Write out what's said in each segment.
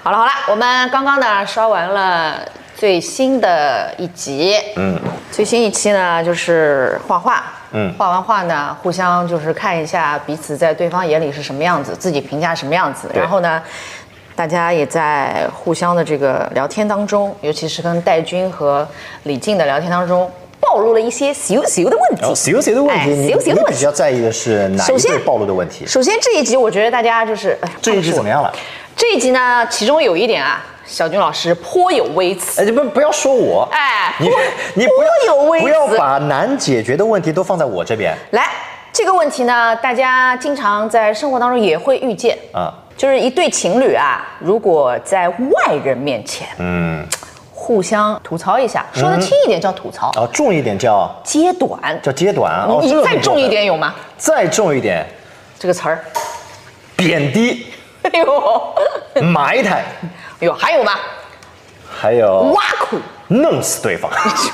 好了，我们刚刚呢刷完了最新的一集，最新一期呢就是画画，画完画呢互相就是看一下彼此在对方眼里是什么样子，自己评价什么样子，然后呢，大家也在互相的这个聊天当中，尤其是跟戴军和李静的聊天当中。暴露了一些小的问题， 小的问题，你比较在意的是哪一对暴露的问题？ 首先这一集我觉得大家就是， 这一集怎么样了？ 这一集呢，其中有一点啊，小军老师颇有微词。 不要说我，你不要把难解决的问题都放在我这边。 来，这个问题呢，大家经常在生活当中也会遇见啊，就是一对情侣啊，如果在外人面前，互相吐槽一下，说的轻一点叫吐槽， 重一点叫揭短， 你再重一点有吗？ 再重一点， 这个词儿， 贬低， 哎呦， 埋汰， 哎呦，还有吗？ 还有挖苦， 弄死对方。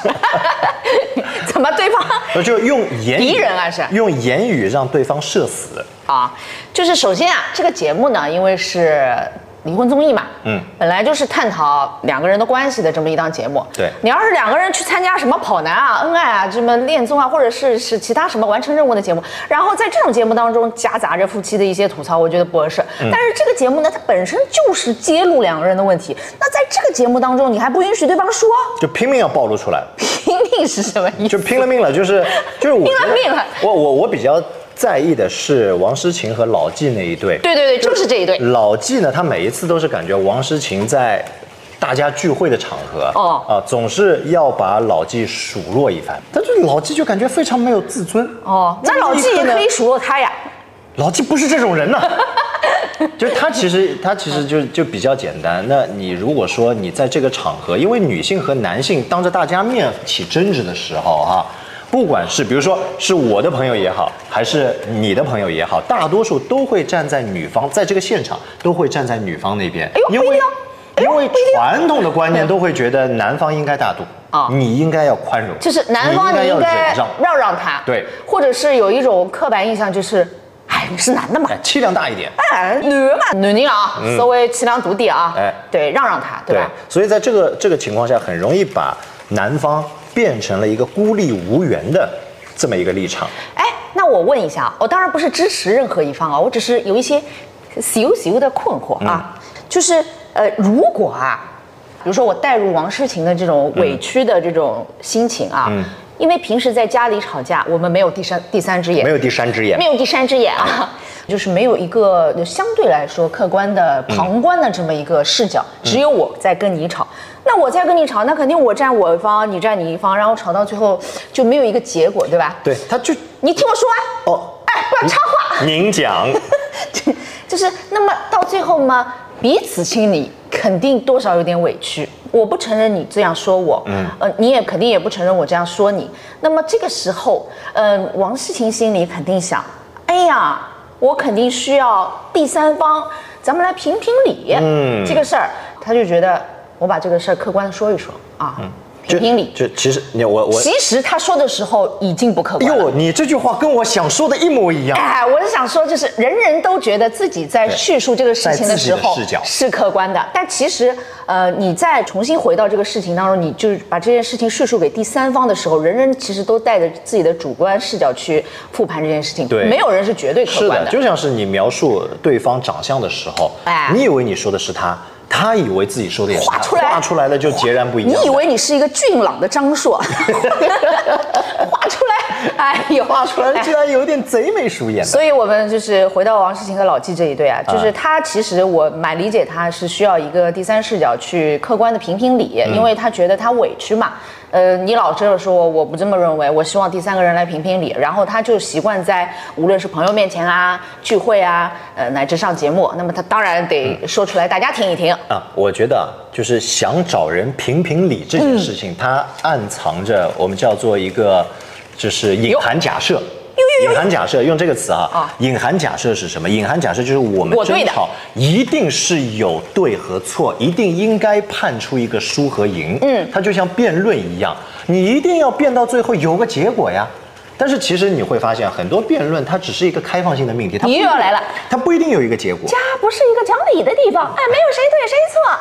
怎么对方？ 就用言语， 敌人啊是用言语让对方社死啊。就是首先啊，这个节目呢，因为是离婚综艺嘛，本来就是探讨两个人的关系的这么一档节目。 对， 你要是两个人去参加什么跑男啊、恩爱啊、什么恋综啊，或者是其他什么完成任务的节目，然后在这种节目当中夹杂着夫妻的一些吐槽，我觉得不合适。但是这个节目呢，它本身就是揭露两个人的问题。那在这个节目当中，你还不允许对方说， 就拼命要暴露出来。 拼命是什么意思？ 就拼了命了，就是我拼了命了。 我比较在意的是王诗晴和老纪那一对。 对，就是这一对。 老纪呢，他每一次都是感觉王诗晴在大家聚会的场合，总是要把老纪数落一番，但是老纪就感觉非常没有自尊。 那老纪也可以数落他呀。 老纪不是这种人呢。就是他其实就比较简单。那你如果说你在这个场合，因为女性和男性当着大家面起争执的时候不管是比如说是我的朋友也好，还是你的朋友也好，大多数都会站在女方，在这个现场都会站在女方那边，因为传统的观念都会觉得男方应该大度你应该要宽容， 就是男方你应该让他， 对， 或者是有一种刻板印象就是。你是男的嘛， 气量大一点。 女人嘛，女人啊，稍微气量大点啊。对，让他，对吧？ 所以在这个情况下，很容易把男方变成了一个孤立无援的这么一个立场。 那我问一下，我当然不是支持任何一方我只是有一些小的困惑就是如果比如说我带入王诗晴的这种委屈的这种心情因为平时在家里吵架，我们没有第三只眼， 没有第三只眼就是没有一个相对来说客观的旁观的这么一个视角，只有我在跟你吵。那我在跟你吵，那肯定我站我一方，你站你一方，然后吵到最后就没有一个结果，对吧？ 对， 你听我说完不要插话。 您讲， 就是那么到最后嘛，彼此心里肯定多少有点委屈。我不承认你这样说我，你也肯定也不承认我这样说你。那么这个时候，王诗晴心里肯定想，哎呀，我肯定需要第三方，咱们来评理。这个事儿，他就觉得我把这个事儿客观的说一说评理。 就其实其实他说的时候已经不客观了。 你这句话跟我想说的一模一样。 我是想说，就是人人都觉得自己在叙述这个事情的时候是客观的，但其实你再重新回到这个事情当中，你就把这件事情叙述给第三方的时候，人人其实都带着自己的主观视角去复盘这件事情，没有人是绝对客观的。 是的，就像是你描述对方长相的时候，你以为你说的是他以为自己说的也是他，画出来的就截然不一样。 你以为你是一个俊朗的张硕，画出来，画出来居然有点贼眉鼠眼的。 所以我们就是回到王诗晴和老纪这一对就是他其实我蛮理解他是需要一个第三视角去客观的评理，因为他觉得他委屈嘛。你老这么说，我不这么认为，我希望第三个人来评理，然后他就习惯在无论是朋友面前聚会乃至上节目，那么他当然得说出来，大家听一听我觉得就是想找人评理这件事情，它暗藏着我们叫做一个就是隐含假设。隐含假设，用这个词隐含假设是什么？隐含假设就是我们争吵一定是有对和错，一定应该判出一个输和赢。它就像辩论一样，你一定要辩到最后有个结果呀。但是其实你会发现，很多辩论它只是一个开放性的命题， 你又要来了， 它不一定有一个结果。 家不是一个讲理的地方，没有谁对谁错，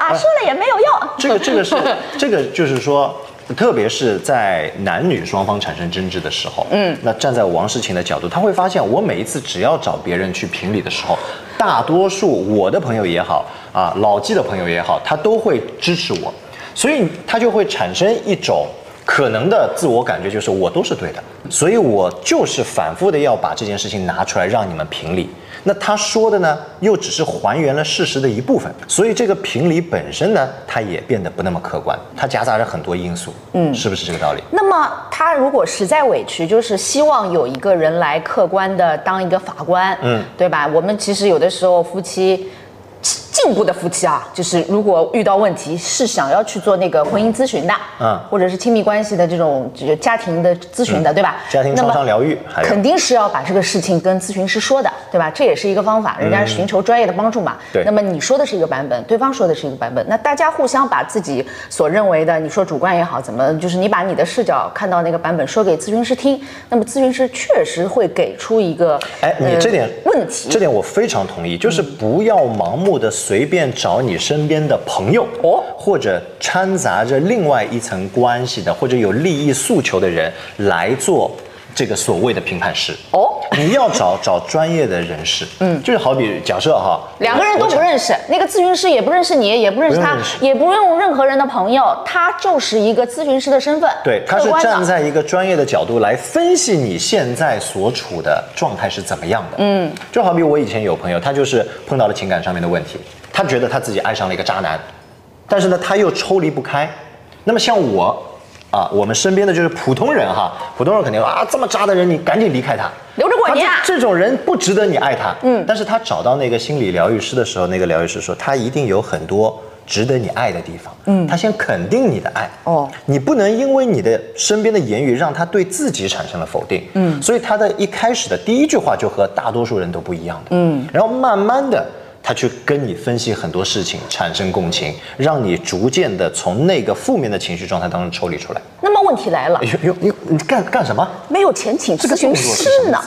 话，说了也没有用。 这个就是说。特别是在男女双方产生争执的时候，那站在王诗晴的角度，他会发现，我每一次只要找别人去评理的时候，大多数我的朋友也好啊，老纪的朋友也好，他都会支持我，所以他就会产生一种可能的自我感觉，就是我都是对的，所以我就是反复的要把这件事情拿出来让你们评理。那他说的呢，又只是还原了事实的一部分，所以这个评理本身呢，它也变得不那么客观，它夹杂着很多因素，是不是这个道理？ 那么他如果实在委屈，就是希望有一个人来客观的当一个法官，对吧？我们其实有的时候夫妻。进步的夫妻啊，就是如果遇到问题是想要去做那个婚姻咨询的，或者是亲密关系的这种家庭的咨询的，对吧？ 家庭创伤疗愈， 肯定是要把这个事情跟咨询师说的，对吧？这也是一个方法，人家是寻求专业的帮助嘛。 对。 那么你说的是一个版本，对方说的是一个版本，那大家互相把自己所认为的，你说主观也好，怎么就是你把你的视角看到那个版本说给咨询师听，那么咨询师确实会给出一个你这点问题， 这点我非常同意，就是不要盲目的随便找你身边的朋友，或者掺杂着另外一层关系的，或者有利益诉求的人来做这个所谓的评判师。你要找专业的人士，就是好比假设哈， 两个人都不认识，那个咨询师也不认识你，也不认识他，也不用任何人的朋友，他就是一个咨询师的身份， 对，他是站在一个专业的角度来分析你现在所处的状态是怎么样的。就好比我以前有朋友，他就是碰到了情感上面的问题，他觉得他自己爱上了一个渣男，但是呢，他又抽离不开。那么像我。我们身边的就是普通人哈，普通人肯定说这么渣的人，你赶紧离开他， 留着过年。 这种人不值得你爱他。但是他找到那个心理疗愈师的时候，那个疗愈师说他一定有很多值得你爱的地方。他先肯定你的爱。你不能因为你的身边的言语让他对自己产生了否定。所以他的一开始的第一句话就和大多数人都不一样的。然后慢慢的。他去跟你分析很多事情，产生共情，让你逐渐的从那个负面的情绪状态当中抽离出来。 那么问题来了， 你干什么？ 没有钱请咨询师呢？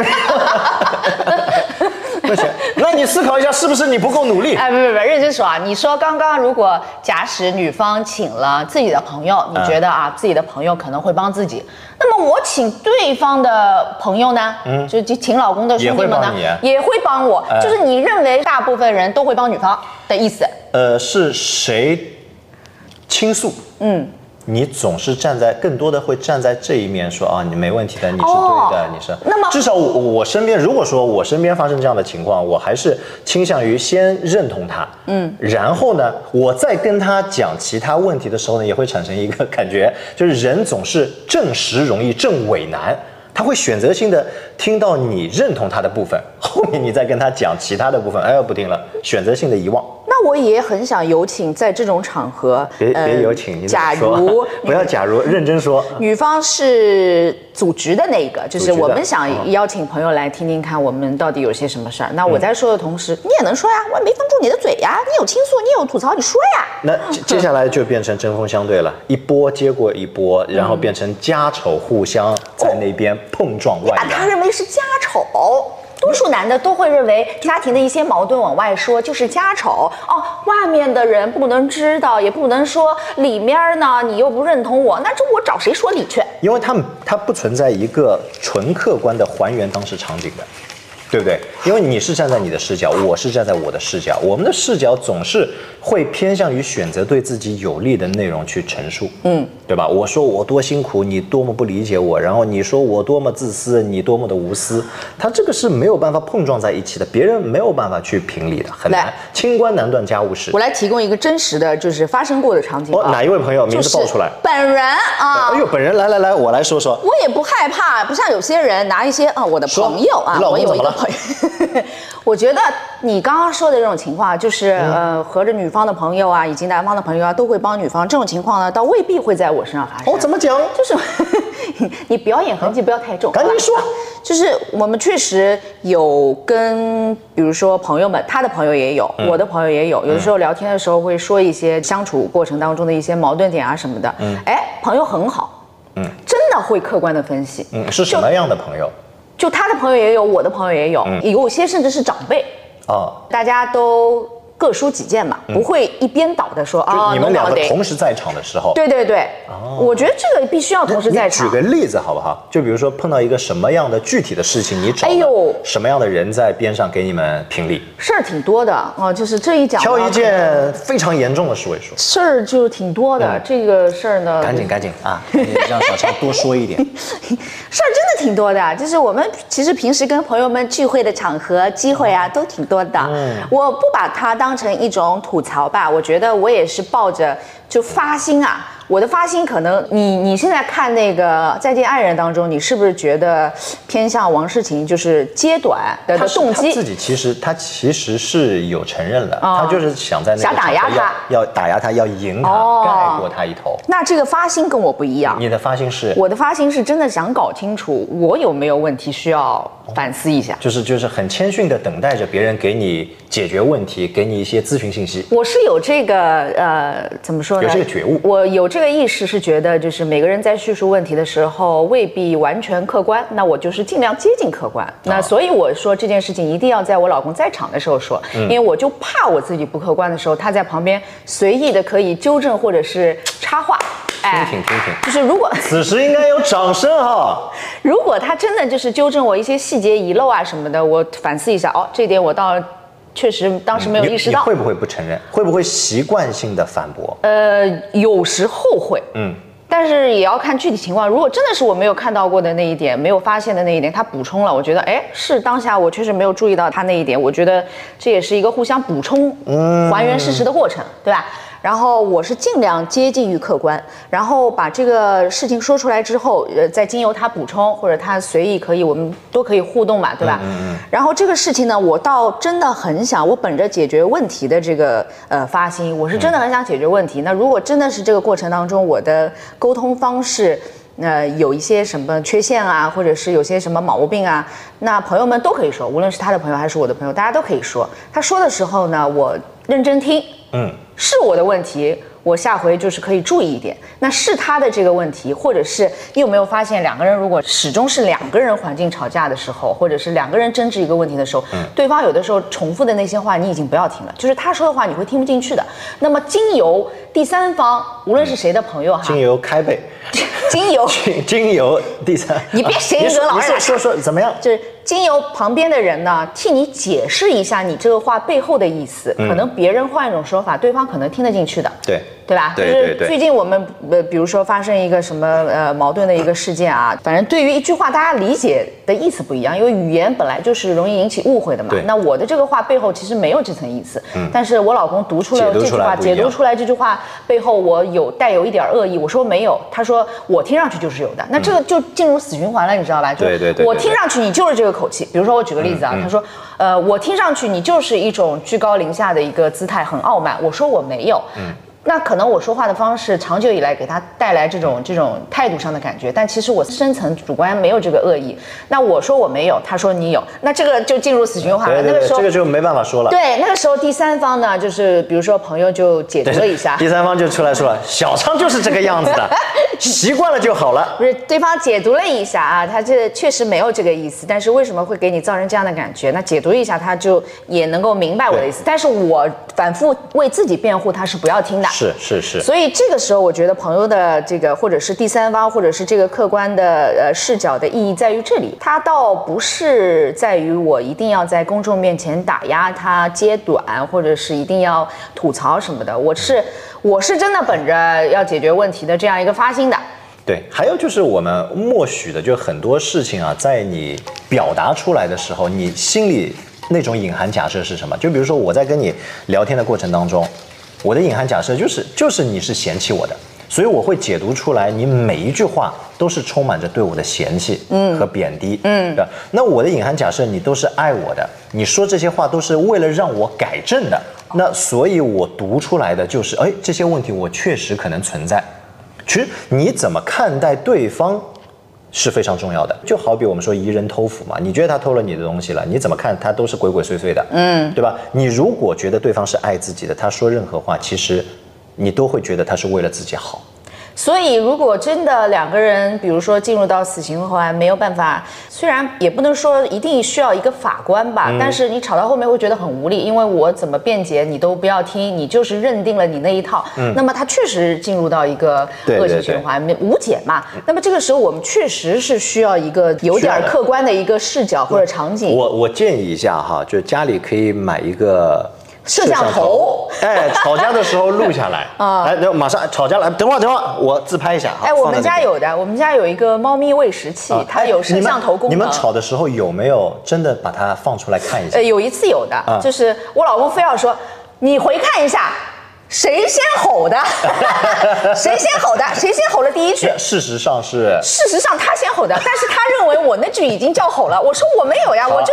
不行，那你思考一下，是不是你不够努力？ 不，认真说啊，你说刚刚如果假使女方请了自己的朋友，你觉得自己的朋友可能会帮自己，那么我请对方的朋友呢？就请老公的兄弟们呢，也会帮我。就是你认为大部分人都会帮女方的意思？ 是谁倾诉？你总是更多的会站在这一面说你没问题的，你是对的，你是。那么至少我身边，如果说我身边发生这样的情况，我还是倾向于先认同他，然后呢，我再跟他讲其他问题的时候呢，也会产生一个感觉，就是人总是正实容易正伪难。他会选择性的听到你认同他的部分，后面你再跟他讲其他的部分，不听了，选择性的遗忘。 那我也很想有请在这种场合， 别有请，你假如不要假如，认真说。 女方是组织的那个，就是我们想邀请朋友来听听看，我们到底有些什么事儿。那我在说的同时，你也能说呀，我也没封住你的嘴呀，你有倾诉，你有吐槽，你说呀。 那接下来就变成针锋相对了，一波接过一波，然后变成家丑互相在那边碰撞外扬。 他认为是家丑。多数男的都会认为家庭的一些矛盾往外说就是家丑外面的人不能知道，也不能说，里面呢你又不认同我，那这我找谁说理去？ 因为他不存在一个纯客观的还原当时场景的，对不对？因为你是站在你的视角，我是站在我的视角，我们的视角总是会偏向于选择对自己有利的内容去陈述，对吧？我说我多辛苦，你多么不理解我，然后你说我多么自私，你多么的无私，他这个是没有办法碰撞在一起的，别人没有办法去评理的，很难。清官难断家务事。 我来提供一个真实的，就是发生过的场景。 哪一位朋友名字报出来？ 本人本人来，我来说说。 我也不害怕，不像有些人拿一些我的朋友我有一个朋友。我觉得你刚刚说的这种情况，就是合着女方的朋友以及男方的朋友都会帮女方，这种情况呢，倒未必会在我身上发生。 怎么讲？ 就是你表演痕迹不要太重， 赶紧说。 就是我们确实有跟，比如说朋友们，他的朋友也有，我的朋友也有，有的时候聊天的时候会说一些相处过程当中的一些矛盾点什么的。朋友很好，真的会客观的分析。 是什么样的朋友？就他的朋友也有，我的朋友也有，有些甚至是长辈。大家都各抒己见嘛，不会一边倒的说就你们两个同时在场的时候。 对对对，我觉得这个必须要同时在场。 举个例子好不好？就比如说碰到一个什么样的具体的事情，你找什么样的人在边上给你们评理？ 事儿挺多的啊，就是这一讲。 挑一件非常严重的事为说。 事儿就挺多的，这个事儿呢， 赶紧啊，让小超多说一点。 事儿真的挺多的，就是我们其实平时跟朋友们聚会的场合、机会啊，都挺多的。我不把它当成一种吐槽吧，我觉得我也是抱着就发心啊。我的发心可能你现在看那个《再见爱人》当中，你是不是觉得偏向王诗晴就是揭短的动机？ 他其实是有承认的，他就是想在那个想打压他， 要打压他，要赢他，盖过他一头。 那这个发心跟我不一样。 你的发心是？ 我的发心是真的想搞清楚我有没有问题，需要反思一下。 就是很谦逊的等待着别人给你解决问题，给你一些咨询信息。 我是有这个怎么说呢？ 有这个觉悟。 我有这个意识，是觉得就是每个人在叙述问题的时候未必完全客观，那我就是尽量接近客观。那所以我说这件事情一定要在我老公在场的时候说，因为我就怕我自己不客观的时候，他在旁边随意的可以纠正或者是插话。 听听， 就是如果此时应该有掌声哈。 如果他真的就是纠正我一些细节遗漏啊什么的，我反思一下，这点我倒确实当时没有意识到。 你会不会不承认？会不会习惯性的反驳？ 有时候会，但是也要看具体情况。如果真的是我没有看到过的那一点，没有发现的那一点，他补充了，我觉得是当下我确实没有注意到他那一点，我觉得这也是一个互相补充、还原事实的过程，对吧？然后我是尽量接近于客观，然后把这个事情说出来之后，再经由他补充或者他随意我们都可以互动嘛，对吧？然后这个事情呢，我倒真的很想，我本着解决问题的这个发心，我是真的很想解决问题。那如果真的是这个过程当中我的沟通方式，有一些什么缺陷啊，或者是有些什么毛病啊，那朋友们都可以说，无论是他的朋友还是我的朋友，大家都可以说。他说的时候呢，我认真听，是我的问题，我下回就是可以注意一点。那是他的这个问题，或者是你有没有发现，两个人如果始终是两个人环境吵架的时候，或者是两个人争执一个问题的时候，对方有的时候重复的那些话你已经不要听了，就是他说的话你会听不进去的。那么经由第三方，无论是谁的朋友哈， 经由开背， 经由第三， 你别谐音梗老是说怎么样？ 就是经由旁边的人呢，替你解释一下你这个话背后的意思，可能别人换一种说法，对方可能听得进去的，对吧？ 对。 最近我们比如说发生一个什么矛盾的一个事件啊，反正对于一句话大家理解的意思不一样，因为语言本来就是容易引起误会的嘛。那我的这个话背后其实没有这层意思，但是我老公读出了这句话，解读出来这句话背后我带有一点恶意，我说没有，他说我听上去就是有的，那这个就进入死循环了，你知道吧？ 对， 我听上去你就是这个口气。比如说我举个例子啊，他说我听上去你就是一种居高临下的一个姿态，很傲慢，我说我没有。那可能我说话的方式长久以来给他带来这种态度上的感觉，但其实我深层主观没有这个恶意。那我说我没有，他说你有，那这个就进入死循环了。那个时候这个就没办法说了。 对，那个时候第三方呢，就是比如说朋友就解读了一下， 第三方就出来说了，小昌就是这个样子的，习惯了就好了。 不是，对方解读了一下啊，他这确实没有这个意思，但是为什么会给你造成这样的感觉？那解读一下，他就也能够明白我的意思。但是我反复为自己辩护，他是不要听的。 是。 所以这个时候，我觉得朋友的这个，或者是第三方，或者是这个客观的视角的意义在于这里，它倒不是在于我一定要在公众面前打压他、揭短，或者是一定要吐槽什么的。我是真的本着要解决问题的这样一个发心的。 对，还有就是我们默许的，就很多事情啊，在你表达出来的时候，你心里那种隐含假设是什么？就比如说我在跟你聊天的过程当中，我的隐含假设就是你是嫌弃我的，所以我会解读出来，你每一句话都是充满着对我的嫌弃和贬低，对吧？那我的隐含假设，你都是爱我的，你说这些话都是为了让我改正的，那所以我读出来的就是，这些问题我确实可能存在。其实你怎么看待对方是非常重要的，就好比我们说疑人偷斧嘛，你觉得他偷了你的东西了，你怎么看他都是鬼鬼祟祟的，对吧？你如果觉得对方是爱自己的，他说任何话，其实你都会觉得他是为了自己好。 所以，如果真的两个人，比如说进入到死刑后还没有办法，虽然也不能说一定需要一个法官吧，但是你吵到后面会觉得很无力，因为我怎么辩解你都不要听，你就是认定了你那一套，那么他确实进入到一个恶性循环，无解嘛。那么这个时候我们确实是需要一个有点客观的一个视角或者场景。 我建议一下哈，就家里可以买一个。 摄像头， 哎，吵架的时候录下来啊，哎，马上吵架了，等会儿，我自拍一下。 哎，我们家有的，我们家有一个猫咪喂食器，它有摄像头功能。 你们吵的时候有没有真的把它放出来看一下？ 有一次有的，就是我老公非要说你回看一下。谁先吼的？谁先吼的？谁先吼了第一句？ 事实上他先吼的，但是他认为我那句已经叫吼了。我说我没有呀，我就是。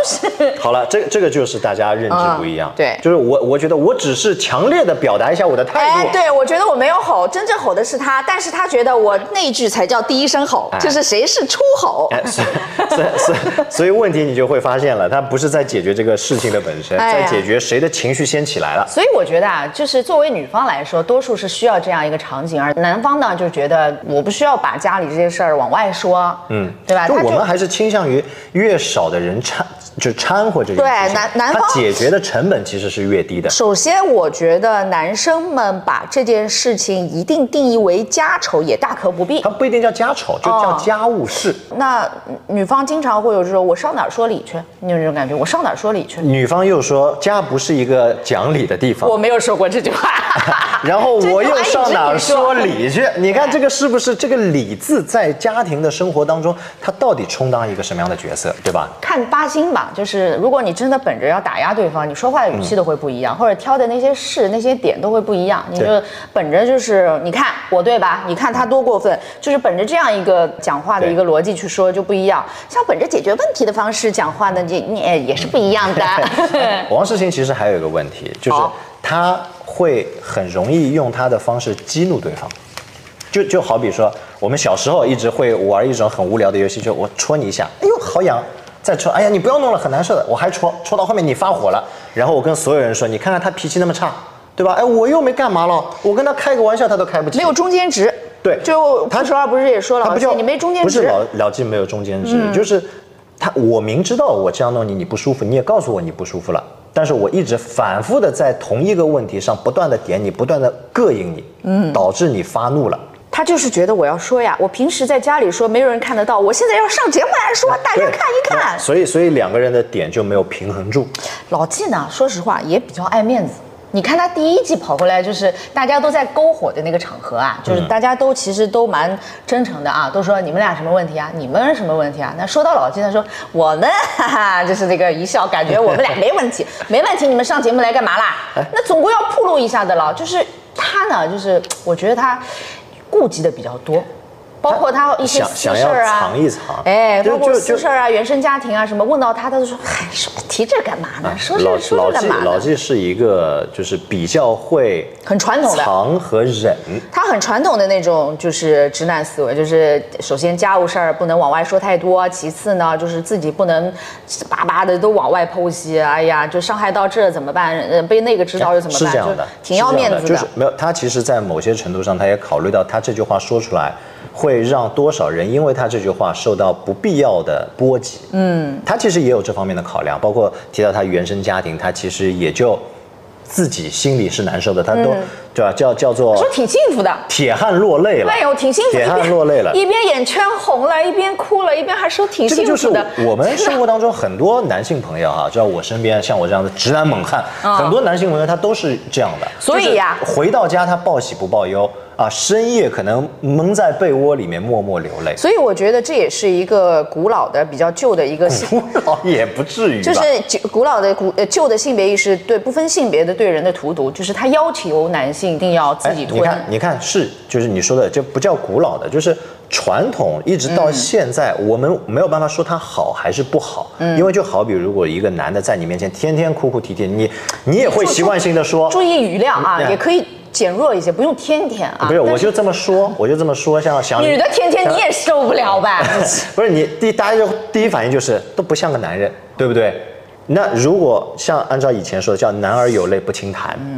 好了，这个就是大家认知不一样。 对， 就是我觉得我只是强烈的表达一下我的态度。 哎，对，我觉得我没有吼，真正吼的是他，但是他觉得我那句才叫第一声吼，就是谁是初吼。 所以问题你就会发现了，他不是在解决这个事情的本身，在解决谁的情绪先起来了。 所以我觉得啊，就是作为女方来说，多数是需要这样一个场景，而男方呢就觉得我不需要把家里这些事儿往外说，对吧？ 就我们还是倾向于越少的人掺和这件事情， 对，男方他解决的成本其实是越低的。 首先，我觉得男生们把这件事情一定定义为家丑也大可不必， 它不一定叫家丑，就叫家务事。 那女方经常会有这种我上哪儿说理去，你有这种感觉？我上哪儿说理去？ 女方又说家不是一个讲理的地方， 我没有说过这句话。 然后我又上哪儿说理去？你看这个是不是这个理字在家庭的生活当中，它到底充当一个什么样的角色，对吧？ 看八星吧，就是如果你真的本着要打压对方，你说话的语气都会不一样，或者挑的那些事、那些点都会不一样。你就本着就是你看我对吧？你看他多过分，就是本着这样一个讲话的一个逻辑去说就不一样。像本着解决问题的方式讲话呢，你也是不一样的。 王世清其实还有一个问题，就是他会很容易用他的方式激怒对方。就好比说，我们小时候一直会玩一种很无聊的游戏，就我戳你一下，哎呦好痒，再戳，哎呀你不要弄了，很难受的，我还戳到后面你发火了，然后我跟所有人说，你看看他脾气那么差，对吧？哎，我又没干嘛了，我跟他开个玩笑他都开不起， 没有中间值。对，就他说不是也说了，他不叫你没中间值， 不是老纪没有中间值，就是我明知道我这样弄你不舒服，你也告诉我你不舒服了。但是我一直反复的在同一个问题上不断的点你，不断的膈应你，导致你发怒了。 他就是觉得我要说呀，我平时在家里说没有人看得到，我现在要上节目来说，大家看一看。 所以两个人的点就没有平衡住。 老纪呢，说实话也比较爱面子。你看他第一季跑回来，就是大家都在篝火的那个场合啊，就是大家都其实都蛮真诚的啊，都说你们俩什么问题啊？你们什么问题啊？那说到老纪，他说我们哈哈，就是那个一笑，感觉我们俩没问题，没问题，你们上节目来干嘛啦？那总归要暴露一下的了。就是他呢，就是我觉得他顾忌的比较多。包括他一些私事啊， 藏一藏， 哎，包括私事啊、原生家庭啊什么，问到他，他就说，嗨，说提这干嘛呢？说这干嘛呢？ 老纪是一个就是比较会很传统的藏和忍， 他很传统的那种就是直男思维，就是首先家务事儿不能往外说太多，其次呢就是自己不能巴巴的都往外剖析，哎呀，就伤害到这怎么办？被那个知道又怎么办？ 是这样的， 挺要面子的。 就是没有他，其实在某些程度上，他也考虑到他这句话说出来。会让多少人因为他这句话受到不必要的波及？他其实也有这方面的考量，包括提到他原生家庭，他其实也就自己心里是难受的，他都对吧？叫做说挺幸福的， 铁汉落泪了。 哎呦，挺幸福， 铁汉落泪了， 一边眼圈红了，一边哭了，一边还说挺幸福的。 这个就是我们生活当中很多男性朋友啊，知道我身边像我这样的直男猛汉，很多男性朋友他都是这样的。 所以呀， 回到家他报喜不报忧。深夜可能蒙在被窝里面默默流泪， 所以我觉得这也是一个古老的、比较旧的一个古老也不至于吧， 就是古老的旧的性别意识对不分性别的对人的荼毒，就是他要求男性一定要自己吞。 你看是就是你说的，这不叫古老的，就是传统一直到现在，我们没有办法说它好还是不好，因为就好比如果一个男的在你面前天天哭哭啼啼，你也会习惯性的说， 注意语量啊，也可以。减弱一些，不用天天啊。 不是，我就这么说，像想女的天天你也受不了吧？ 不是大家就第一反应就是都不像个男人，对不对？那如果像按照以前说的叫男儿有泪不轻弹，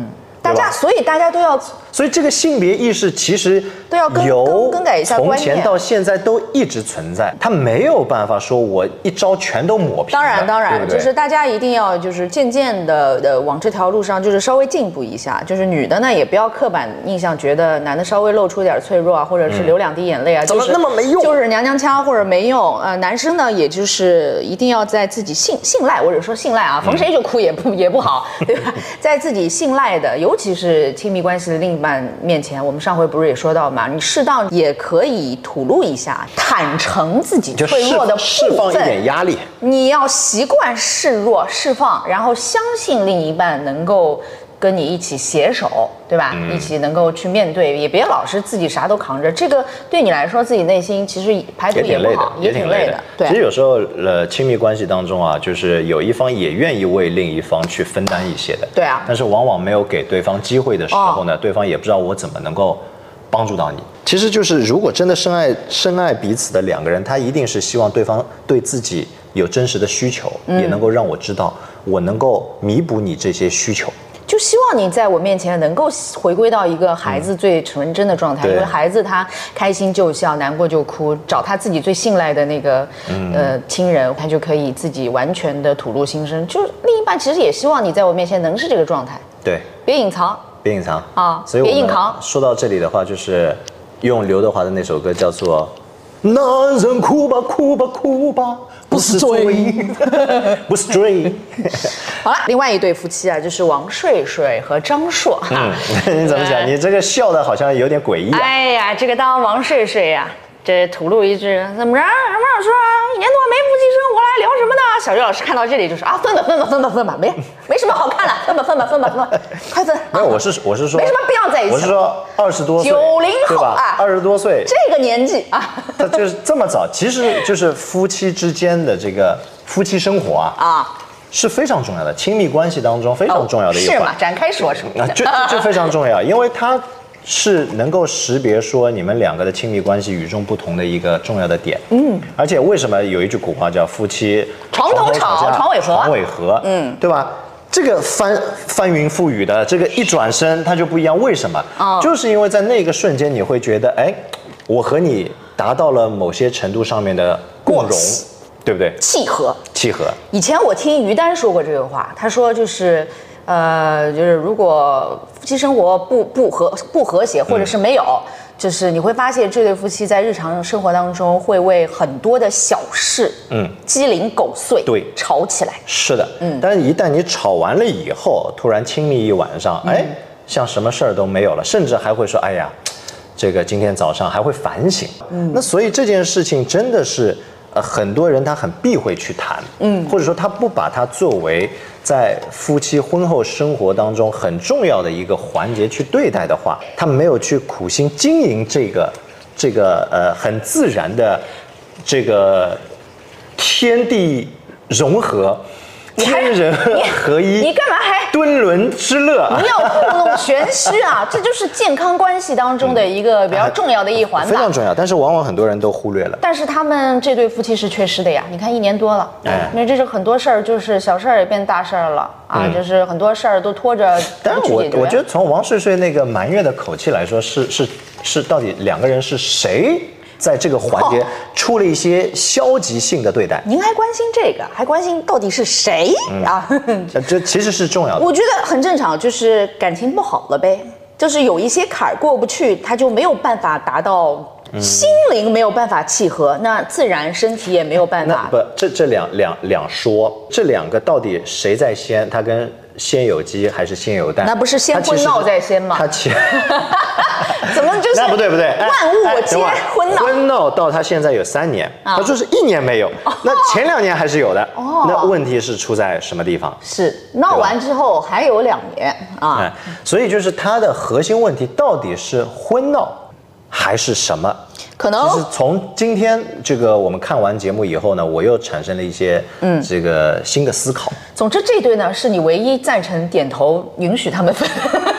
所以大家都要， 所以这个性别意识其实都要更改一下观念， 从前到现在都一直存在，它没有办法说我一招全都抹平。 当然， 对对， 就是大家一定要就是渐渐的往这条路上就是稍微进步一下，就是女的呢也不要刻板印象，觉得男的稍微露出点脆弱啊，或者是流2滴眼泪啊， 怎么那么没用， 就是娘娘腔或者没用。男生呢也就是一定要在自己信赖，或者说信赖啊，逢谁就哭也不好，对吧？在自己信赖的，尤其是亲密关系的另一半面前，我们上回不是也说到嘛，你适当也可以吐露一下，坦诚自己脆弱的部分， 释放一点压力。 你要习惯示弱、释放，然后相信另一半能够跟你一起携手，对吧？一起能够去面对，也别老是自己啥都扛着。这个对你来说，自己内心其实排毒也不好，也挺累的。对， 其实有时候亲密关系当中啊，就是有一方也愿意为另一方去分担一些的。 对啊。 但是往往没有给对方机会的时候呢，对方也不知道我怎么能够帮助到你。其实就是如果真的深爱彼此的2个人，他一定是希望对方对自己有真实的需求，也能够让我知道我能够弥补你这些需求。 就希望你在我面前能够回归到一个孩子最纯真的状态，因为孩子他开心就笑，难过就哭，找他自己最信赖的那个亲人，他就可以自己完全的吐露心声。就另一半其实也希望你在我面前能是这个状态， 对， 别隐藏啊， 所以别硬扛。 说到这里的话，就是用刘德华的那首歌叫做《男人哭吧哭吧哭吧》。不是追，不是追。 好了，另外一对夫妻啊，就是王睡睡和张硕。 你怎么讲？你这个笑的好像有点诡异啊。 哎呀，这个当王睡睡呀，这吐露一句怎么着？什么老师啊，1年多没夫妻生活了，聊什么呢？小鱼老师看到这里就说啊，分吧，没什么好看了，分吧，快分。 没有，我是说， 没什么必要在一起。 我是说20多岁 ，90后啊 ，20多岁这个年纪啊， 他就是这么早，其实就是夫妻之间的这个夫妻生活啊。是非常重要的，亲密关系当中非常重要的一环。 是吗？展开说说。 就非常重要，因为它是能够识别说你们2个的亲密关系与众不同的一个重要的点。而且为什么有一句古话叫夫妻床头吵，床尾和。 对吧？这个翻云覆雨的，这个一转身它就不一样。为什么？就是因为在那个瞬间你会觉得，哎，我和你达到了某些程度上面的共融。对不对？契合。以前我听于丹说过这个话，他说就是，就是如果夫妻生活不和谐，或者是没有，就是你会发现这对夫妻在日常生活当中会为很多的小事，鸡零狗碎，对， 吵起来。 是的，但是一旦你吵完了以后，突然亲密一晚上，哎，像什么事儿都没有了，甚至还会说，哎呀，这个今天早上还会反省。那所以这件事情真的是。很多人他很避讳去谈，或者说他不把它作为在夫妻婚后生活当中很重要的一个环节去对待的话，他没有去苦心经营这个很自然的这个天地融合。天人合一， 你干嘛还敦伦之乐？ 不要故弄玄虚啊！这就是健康关系当中的一个比较重要的一环吧。 非常重要，但是往往很多人都忽略了。 但是他们这对夫妻是缺失的呀！你看1年多了，因为这是很多事儿，就是小事儿也变大事儿了啊！就是很多事儿都拖着。 但是我觉得从王睡睡那个埋怨的口气来说，是到底2个人是谁？在这个环节出了一些消极性的对待， 您还关心这个，还关心到底是谁啊？ 这其实是重要的。 我觉得很正常，就是感情不好了呗，就是有一些坎儿过不去，他就没有办法达到心灵没有办法契合，那自然身体也没有办法。 不，这两说，这2个到底谁在先？他跟先有鸡还是先有蛋？ 那不是先婚闹在先吗？怎么就是？ 那不对， 万物皆婚闹。 婚闹到他现在有3年，他说是1年没有，那前2年还是有的。那问题是出在什么地方？ 是闹完之后还有2年啊。 所以就是他的核心问题到底是婚闹还是什么？ 可能就是从今天这个我们看完节目以后呢，我又产生了一些这个新的思考。 总之这对呢是你唯一赞成点头允许他们分。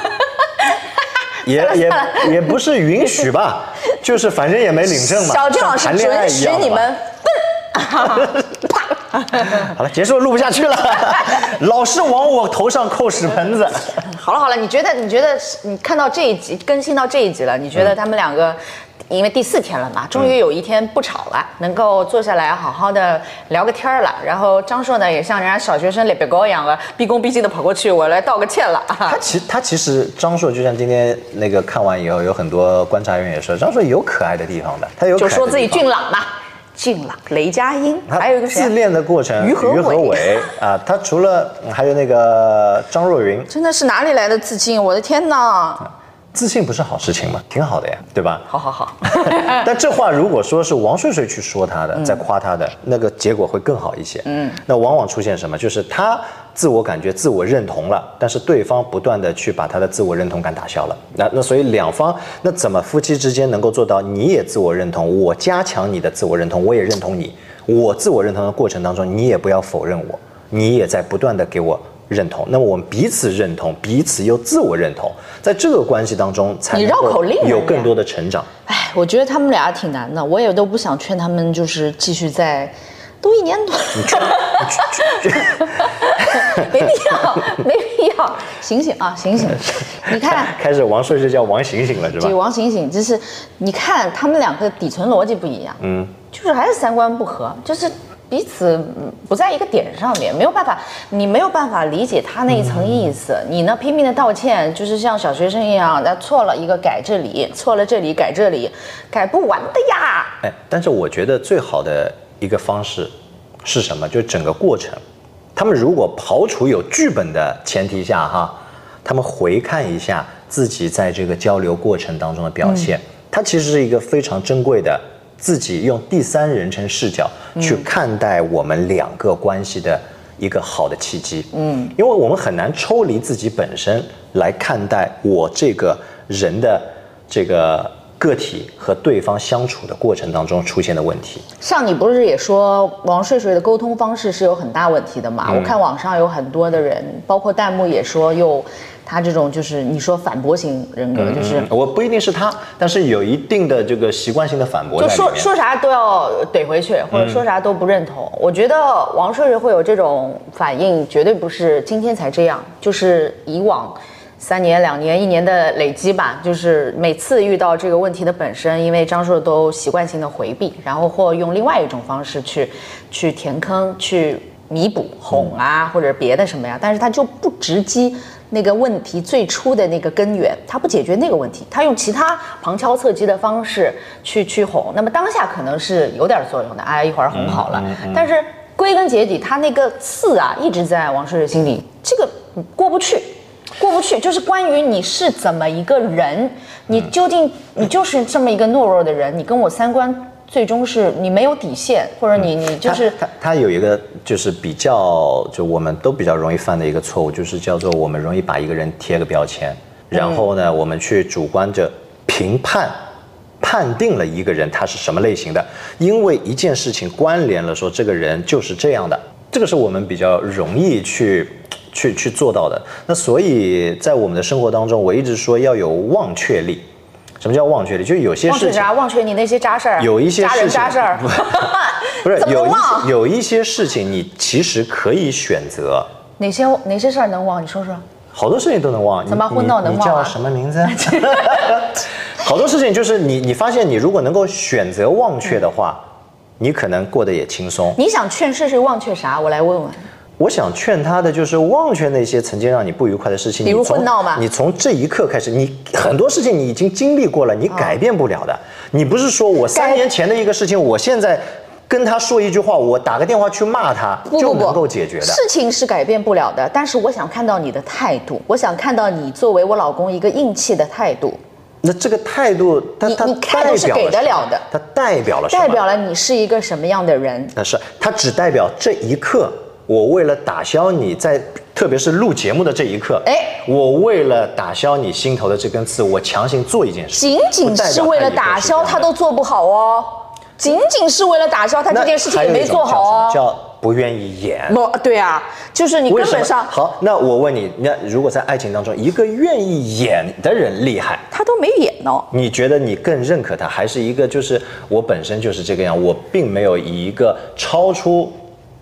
也不是允许吧，就是反正也没领证嘛。 小俊老师准许你们分。好了，结束，录不下去了。老是往我头上扣屎盆子。 好了，你觉得你看到这一集更新到这一集了，你觉得他们两个？因为第4天了嘛，终于有一天不吵了，能够坐下来好好的聊个天了。然后张硕呢，也像人家小学生列表糕一样的，毕恭毕敬的跑过去，我来道个歉了。 他其实张硕就像今天那个看完以后，有很多观察员也说，张硕有可爱的地方的，他有可爱的地方就说自己俊朗嘛。俊朗、雷佳音，还有一个自恋的过程， 于和伟啊，他除了还有那个张若昀， 真的是哪里来的自信？我的天哪！ 自信不是好事情吗？挺好的呀，对吧？ 好。 但这话如果说是王睡睡去说他的，在夸他的，那个结果会更好一些。那往往出现什么？就是他自我感觉、自我认同了，但是对方不断的去把他的自我认同感打消了。那所以两方那怎么夫妻之间能够做到你也自我认同，我加强你的自我认同，我也认同你，我自我认同的过程当中，你也不要否认我，你也在不断的给我认同，那么我们彼此认同，彼此又自我认同，在这个关系当中才能够有更多的成长。 哎，我觉得他们俩挺难的，我也都不想劝他们，就是继续在，都1年多了，没必要，醒醒啊，醒醒！你看， 开始王睡睡叫王醒醒了，是吧？ 对，王醒醒，就是你看他们两个底层逻辑不一样，就是还是3观不合，就是。彼此不在一个点上面，没有办法，你没有办法理解他那一层意思。你呢拼命的道歉，就是像小学生一样，那错了一个改这里，错了这里改这里，改不完的呀。 哎，但是我觉得最好的一个方式是什么？就整个过程，他们如果刨除有剧本的前提下哈，他们回看一下自己在这个交流过程当中的表现，它其实是一个非常珍贵的。自己用第3人称视角去看待我们2个关系的一个好的契机，因为我们很难抽离自己本身来看待我这个人的这个个体和对方相处的过程当中出现的问题。 像你不是也说王睡睡的沟通方式是有很大问题的嘛？我看网上有很多的人，包括弹幕也说他这种就是你说反驳型人格，就是我不一定是他，但是有一定的这个习惯性的反驳在里面， 就说啥都要怼回去，或者说啥都不认同。我觉得王睡睡会有这种反应，绝对不是今天才这样，就是以往3年、2年、1年的累积吧。就是每次遇到这个问题的本身，因为张硕都习惯性的回避，然后或用另外一种方式去填坑、去弥补、哄啊，或者别的什么呀，但是他就不直击那个问题最初的那个根源，他不解决那个问题，他用其他旁敲侧击的方式去哄，那么当下可能是有点作用的，哎，一会儿哄好了，但是归根结底，他那个刺啊一直在王睡睡心里，这个过不去，就是关于你是怎么一个人，你究竟你就是这么一个懦弱的人，你跟我3观。最终是你没有底线，或者你就是他有一个就是比较就我们都比较容易犯的一个错误，就是叫做我们容易把一个人贴个标签，然后呢我们去主观着判定了一个人他是什么类型的，因为一件事情关联了说这个人就是这样的，这个是我们比较容易去做到的。那所以在我们的生活当中，我一直说要有忘却力。什么叫忘却力？就有些事情忘却你那些渣事儿， 有一些事情渣事儿， 不是有一些事情你其实可以选择。 哪些事儿能忘？你说说。 好多事情都能忘。 怎么婚闹能忘？ 你叫什么名字？好多事情就是你发现你如果能够选择忘却的话，你可能过得也轻松。 你想劝睡睡忘却啥？我来问问。 我想劝他的就是忘却那些曾经让你不愉快的事情， 比如婚闹嘛。 你从这一刻开始，你很多事情你已经经历过了，你改变不了的。你不是说我3年前的一个事情，我现在跟他说一句话，我打个电话去骂他就能够解决的。 事情是改变不了的，但是我想看到你的态度，我想看到你作为我老公一个硬气的态度。 那这个态度，你态度是给得了的， 它代表了什么？ 代表了你是一个什么样的人？ 但是它只代表这一刻。我为了打消你特别是录节目的这一刻，我为了打消你心头的这根刺，我强行做一件事， 仅是为了打消他都做不好哦，仅是为了打消他这件事情也没做好哦， 叫不愿意演。 不对啊，就是你根本上好。那我问你，那如果在爱情当中，一个愿意演的人厉害， 他都没演哦， 你觉得你更认可他，还是一个就是我本身就是这个样，我并没有以一个超出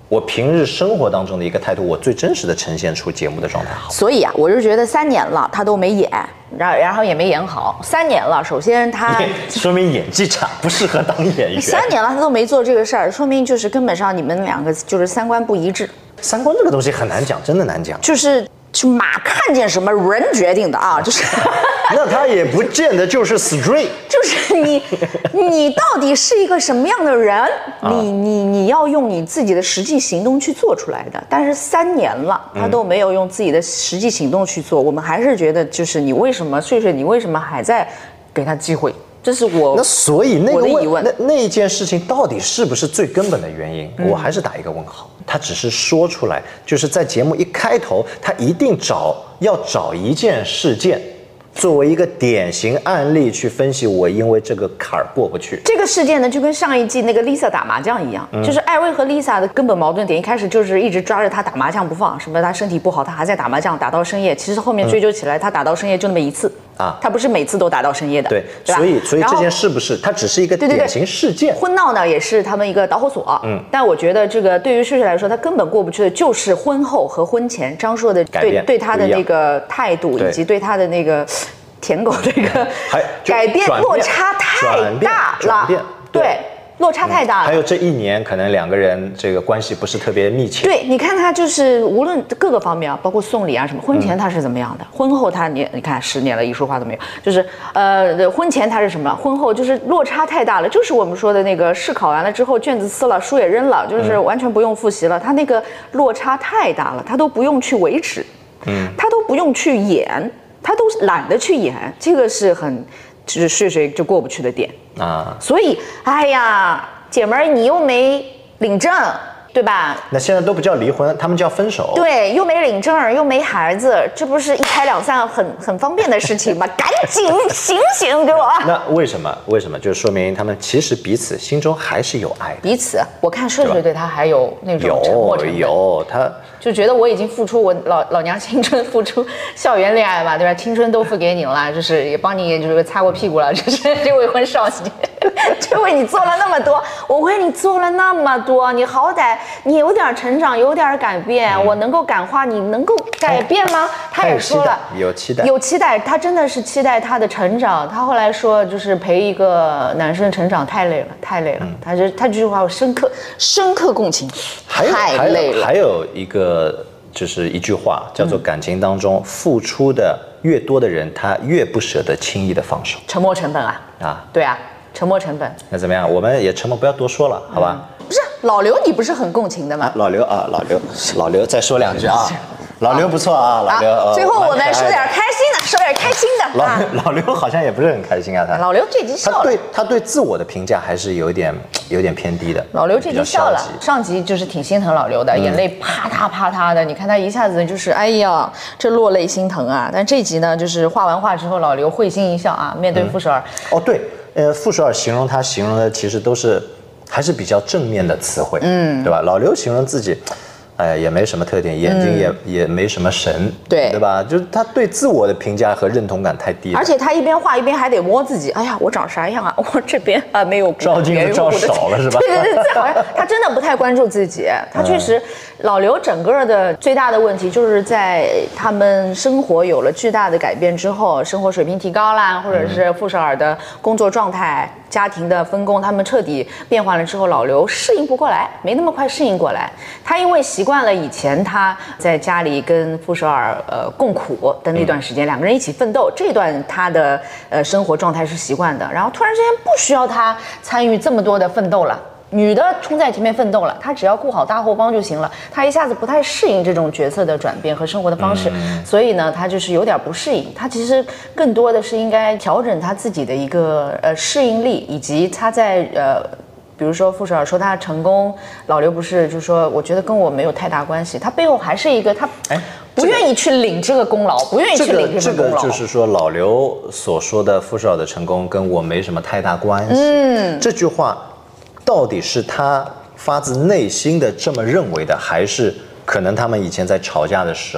我平日生活当中的一个态度，我最真实的呈现出节目的状态好。 所以啊，我就觉得3年了他都没演，然后也没演好。3年了，首先他说明演技差，不适合当演员。 3年了他都没做这个事儿，说明就是根本上你们2个就是三观不一致。 三观这个东西很难讲，真的难讲。 就是马看见什么人决定的啊，就是。 那他也不见得就是 straight， 就是你到底是一个什么样的人，你要用你自己的实际行动去做出来的。但是3年了，他都没有用自己的实际行动去做，我们还是觉得就是你为什么睡睡，你为什么还在给他机会？这是那所以那个疑问， 那一件事情到底是不是最根本的原因？我还是打一个问号。他只是说出来，就是在节目一开头，他一定要找一件事件。作为一个典型案例去分析，我因为这个坎儿过不去。 这个事件呢，就跟上一季那个 Lisa 打麻将一样，就是艾薇和 Lisa 的根本矛盾点，一开始就是一直抓着她打麻将不放，什么她身体不好，她还在打麻将，打到深夜。其实后面追究起来，她打到深夜就那么一次啊，她不是每次都打到深夜的。 对，所以这件事不是，它只是一个典型事件。 婚闹呢，也是他们一个导火索。但我觉得这个对于睡睡来说，他根本过不去的就是婚后和婚前张硕的对他的那个态度，以及对他的那个。舔狗这个改变落差太大了，对，落差太大了。 还有这1年，可能2个人这个关系不是特别密切。 对，你看他就是无论各个方面啊，包括送礼啊什么，婚前他是怎么样的，婚后他你看10年了，一说话都没有。就是婚前他是什么，婚后就是落差太大了。就是我们说的那个试考完了之后，卷子撕了，书也扔了，就是完全不用复习了。他那个落差太大了，他都不用去维持，他都不用去演。他都懒得去演，这个是就是睡睡就过不去的点啊。所以，哎呀，姐们儿，你又没领证，对吧？ 那现在都不叫离婚，他们叫分手。 对，又没领证，又没孩子，这不是一拍两散很方便的事情吗？赶紧醒醒给我！ 那为什么？就说明他们其实彼此心中还是有爱的。 彼此，我看睡睡对他还有那种沉默成本。 有他。 就觉得我已经付出我老娘青春，付出校园恋爱吧，对吧？青春都付给你了，就是也帮你就是擦过屁股了，就是这未婚少女，就为你做了那么多，我为你做了那么多，你好歹你有点成长，有点改变，我能够感化你，能够改变吗？他也说了， 有期待， 他真的是期待他的成长。他后来说，就是陪一个男生成长太累了，他这句话我深刻共情，太累了。 还有一个。就是一句话叫做感情当中付出的越多的人，他越不舍得轻易的放手。 沉没成本啊，对啊，沉没成本。 那怎么样？我们也沉默，不要多说了，好吧？ 不是老刘，你不是很共情的吗？ 老刘，再说2句啊。老刘不错啊，老刘。 最后我们说点开心的， 老刘好像也不是很开心啊，他。 老刘这集笑了。 他对自我的评价还是有点偏低的。 老刘这集笑了，上集就是挺心疼老刘的，眼泪啪嗒的，你看他一下子就是哎呀，这落泪心疼啊。但这集呢，就是画完画之后，老刘会心一笑啊，面对傅首尔。 哦，对，傅首尔形容的其实都是还是比较正面的词汇，对吧？老刘形容自己。也没什么特点，眼睛也没什么神，对吧？就是他对自我的评价和认同感太低了， 而且他一边画一边还得摸自己，哎呀，我长啥样啊？我这边没有照镜子照少了是吧？ 对，好像他真的不太关注自己。他确实，老刘整个的最大的问题就是在他们生活有了巨大的改变之后，生活水平提高啦，或者是傅首尔的工作状态、家庭的分工，他们彻底变化了之后，老刘适应不过来，没那么快适应过来。他因为习惯了以前他在家里跟傅首尔共苦的那段时间，2个人一起奋斗，这段他的生活状态是习惯的。然后突然之间不需要他参与这么多的奋斗了，女的冲在前面奋斗了，他只要顾好大后方就行了。他一下子不太适应这种角色的转变和生活的方式，所以呢，他就是有点不适应。他其实更多的是应该调整他自己的一个适应力，以及他在比如说傅首尔说他成功，老刘不是就说我觉得跟我没有太大关系，他背后还是一个他不愿意去领这个功劳，不愿意去领这份功劳。 这个就是说老刘所说的傅首尔的成功跟我没什么太大关系。这句话到底是他发自内心的这么认为的，还是可能他们以前在吵架的时候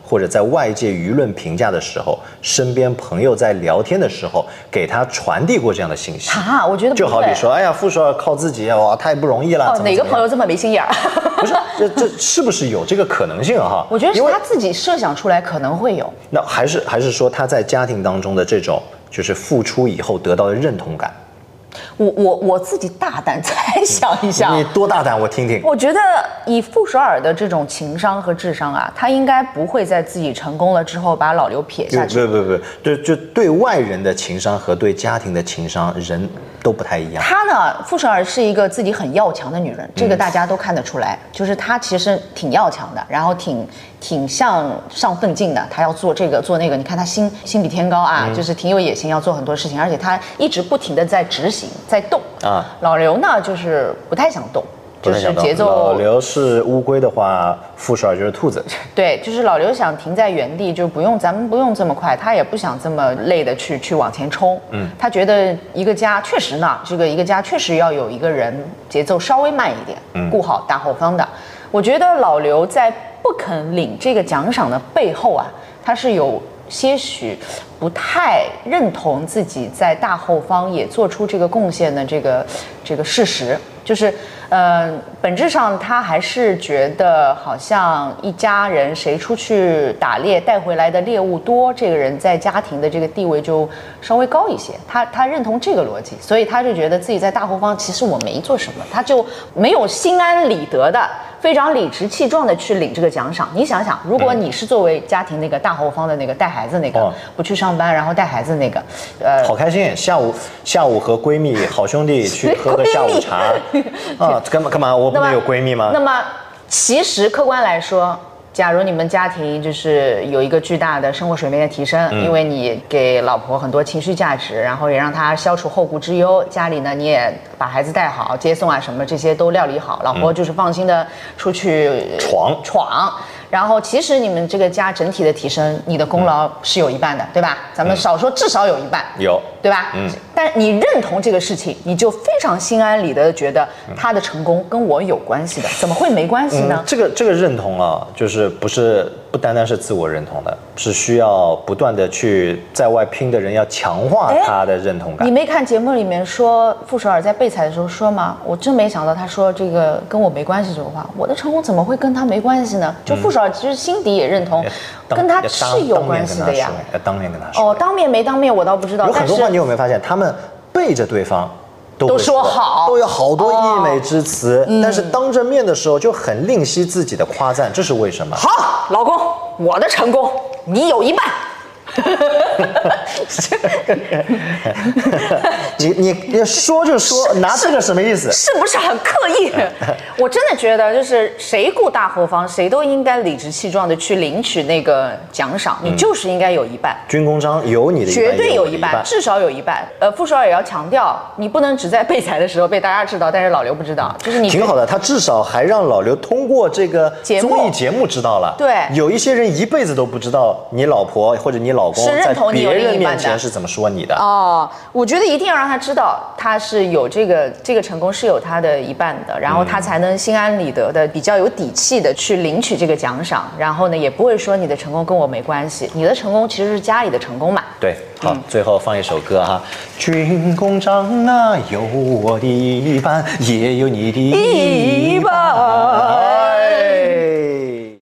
或者在外界舆论评价的时候，身边朋友在聊天的时候，给他传递过这样的信息？ 我觉得就好比说，哎呀，傅首尔靠自己，哇，太不容易了。 哪个朋友这么没心眼儿？ 不是，这是不是有这个可能性哈？ 我觉得是他自己设想出来，可能会有。 那还是说他在家庭当中的这种就是付出以后得到的认同感？ 我自己大胆猜想一下， 你多大胆？我听听。 我觉得以傅首尔的这种情商和智商啊，他应该不会在自己成功了之后把老刘撇下去。 不，就对外人的情商和对家庭的情商，人都不太一样。 他呢，傅首尔是一个自己很要强的女人，这个大家都看得出来，就是她其实挺要强的，然后挺向上奋进的，她要做这个做那个。你看她心比天高啊，就是挺有野心，要做很多事情，而且她一直不停的在执行，在动啊。老刘呢，就是不太想动。就是节奏。 老刘是乌龟的话，傅首尔就是兔子。 对，就是老刘想停在原地，就咱们不用这么快，他也不想这么累的去往前冲。他觉得一个家确实呢，一个家确实要有一个人节奏稍微慢一点，顾好大后方的。我觉得老刘在不肯领这个奖赏的背后啊，他是有些许不太认同自己在大后方也做出这个贡献的这个事实，就是本质上他还是觉得好像一家人谁出去打猎带回来的猎物多，这个人在家庭的这个地位就稍微高一些，他认同这个逻辑，所以他就觉得自己在大后方其实我没做什么，他就没有心安理得的非常理直气壮的去领这个奖赏。你想想，如果你是作为家庭那个大后方的那个带孩子那个，不去上班然后带孩子那个， 好开心，下午和闺蜜好兄弟去喝个下午茶啊，干嘛？我不能有闺蜜吗？ 那么其实客观来说，假如你们家庭就是有一个巨大的生活水平的提升，因为你给老婆很多情绪价值，然后也让她消除后顾之忧，家里呢你也把孩子带好，接送啊什么这些都料理好，老婆就是放心的出去闯。然后其实你们这个家整体的提升，你的功劳是有一半的，对吧？咱们少说至少有一半， 有， 对吧？但你认同这个事情，你就非常心安理得的觉得他的成功跟我有关系的，怎么会没关系呢？ 这个认同啊，就是不单单是自我认同的，是需要不断的去在外拼的人要强化他的认同感。 你没看节目里面说傅首尔在备采的时候说吗？我真没想到他说这个跟我没关系这个话，我的成功怎么会跟他没关系呢？就傅首尔其实心底也认同，跟他是有关系的呀。 当面跟他说。 当面没当面我倒不知道。 有很多话你有没有发现，他们背着对方都说好， 都有好多溢美之词，但是当着面的时候就很吝惜自己的夸赞，这是为什么？ 好，老公，我的成功你有一半。 你说就说，拿这个什么意思？ 是不是很刻意？我真的觉得，就是谁顾大后方，谁都应该理直气壮的去领取那个奖赏，你就是应该有一半。 军功章有你的一半， 绝对有一半，至少有一半。傅首尔也要强调，你不能只在备采的时候被大家知道，但是老刘不知道，就是你挺好的，他至少还让老刘通过这个综艺节目知道了。 对， 有一些人一辈子都不知道你老婆或者你老公在别人面前是怎么说你的。 我觉得一定要让他知道，他是有这个成功是有他的一半的，然后他才能心安理得的、比较有底气的去领取这个奖赏，然后呢，也不会说你的成功跟我没关系，你的成功其实是家里的成功嘛。 对，好，最后放一首歌哈，军功章啊，有我的一半，也有你的一半。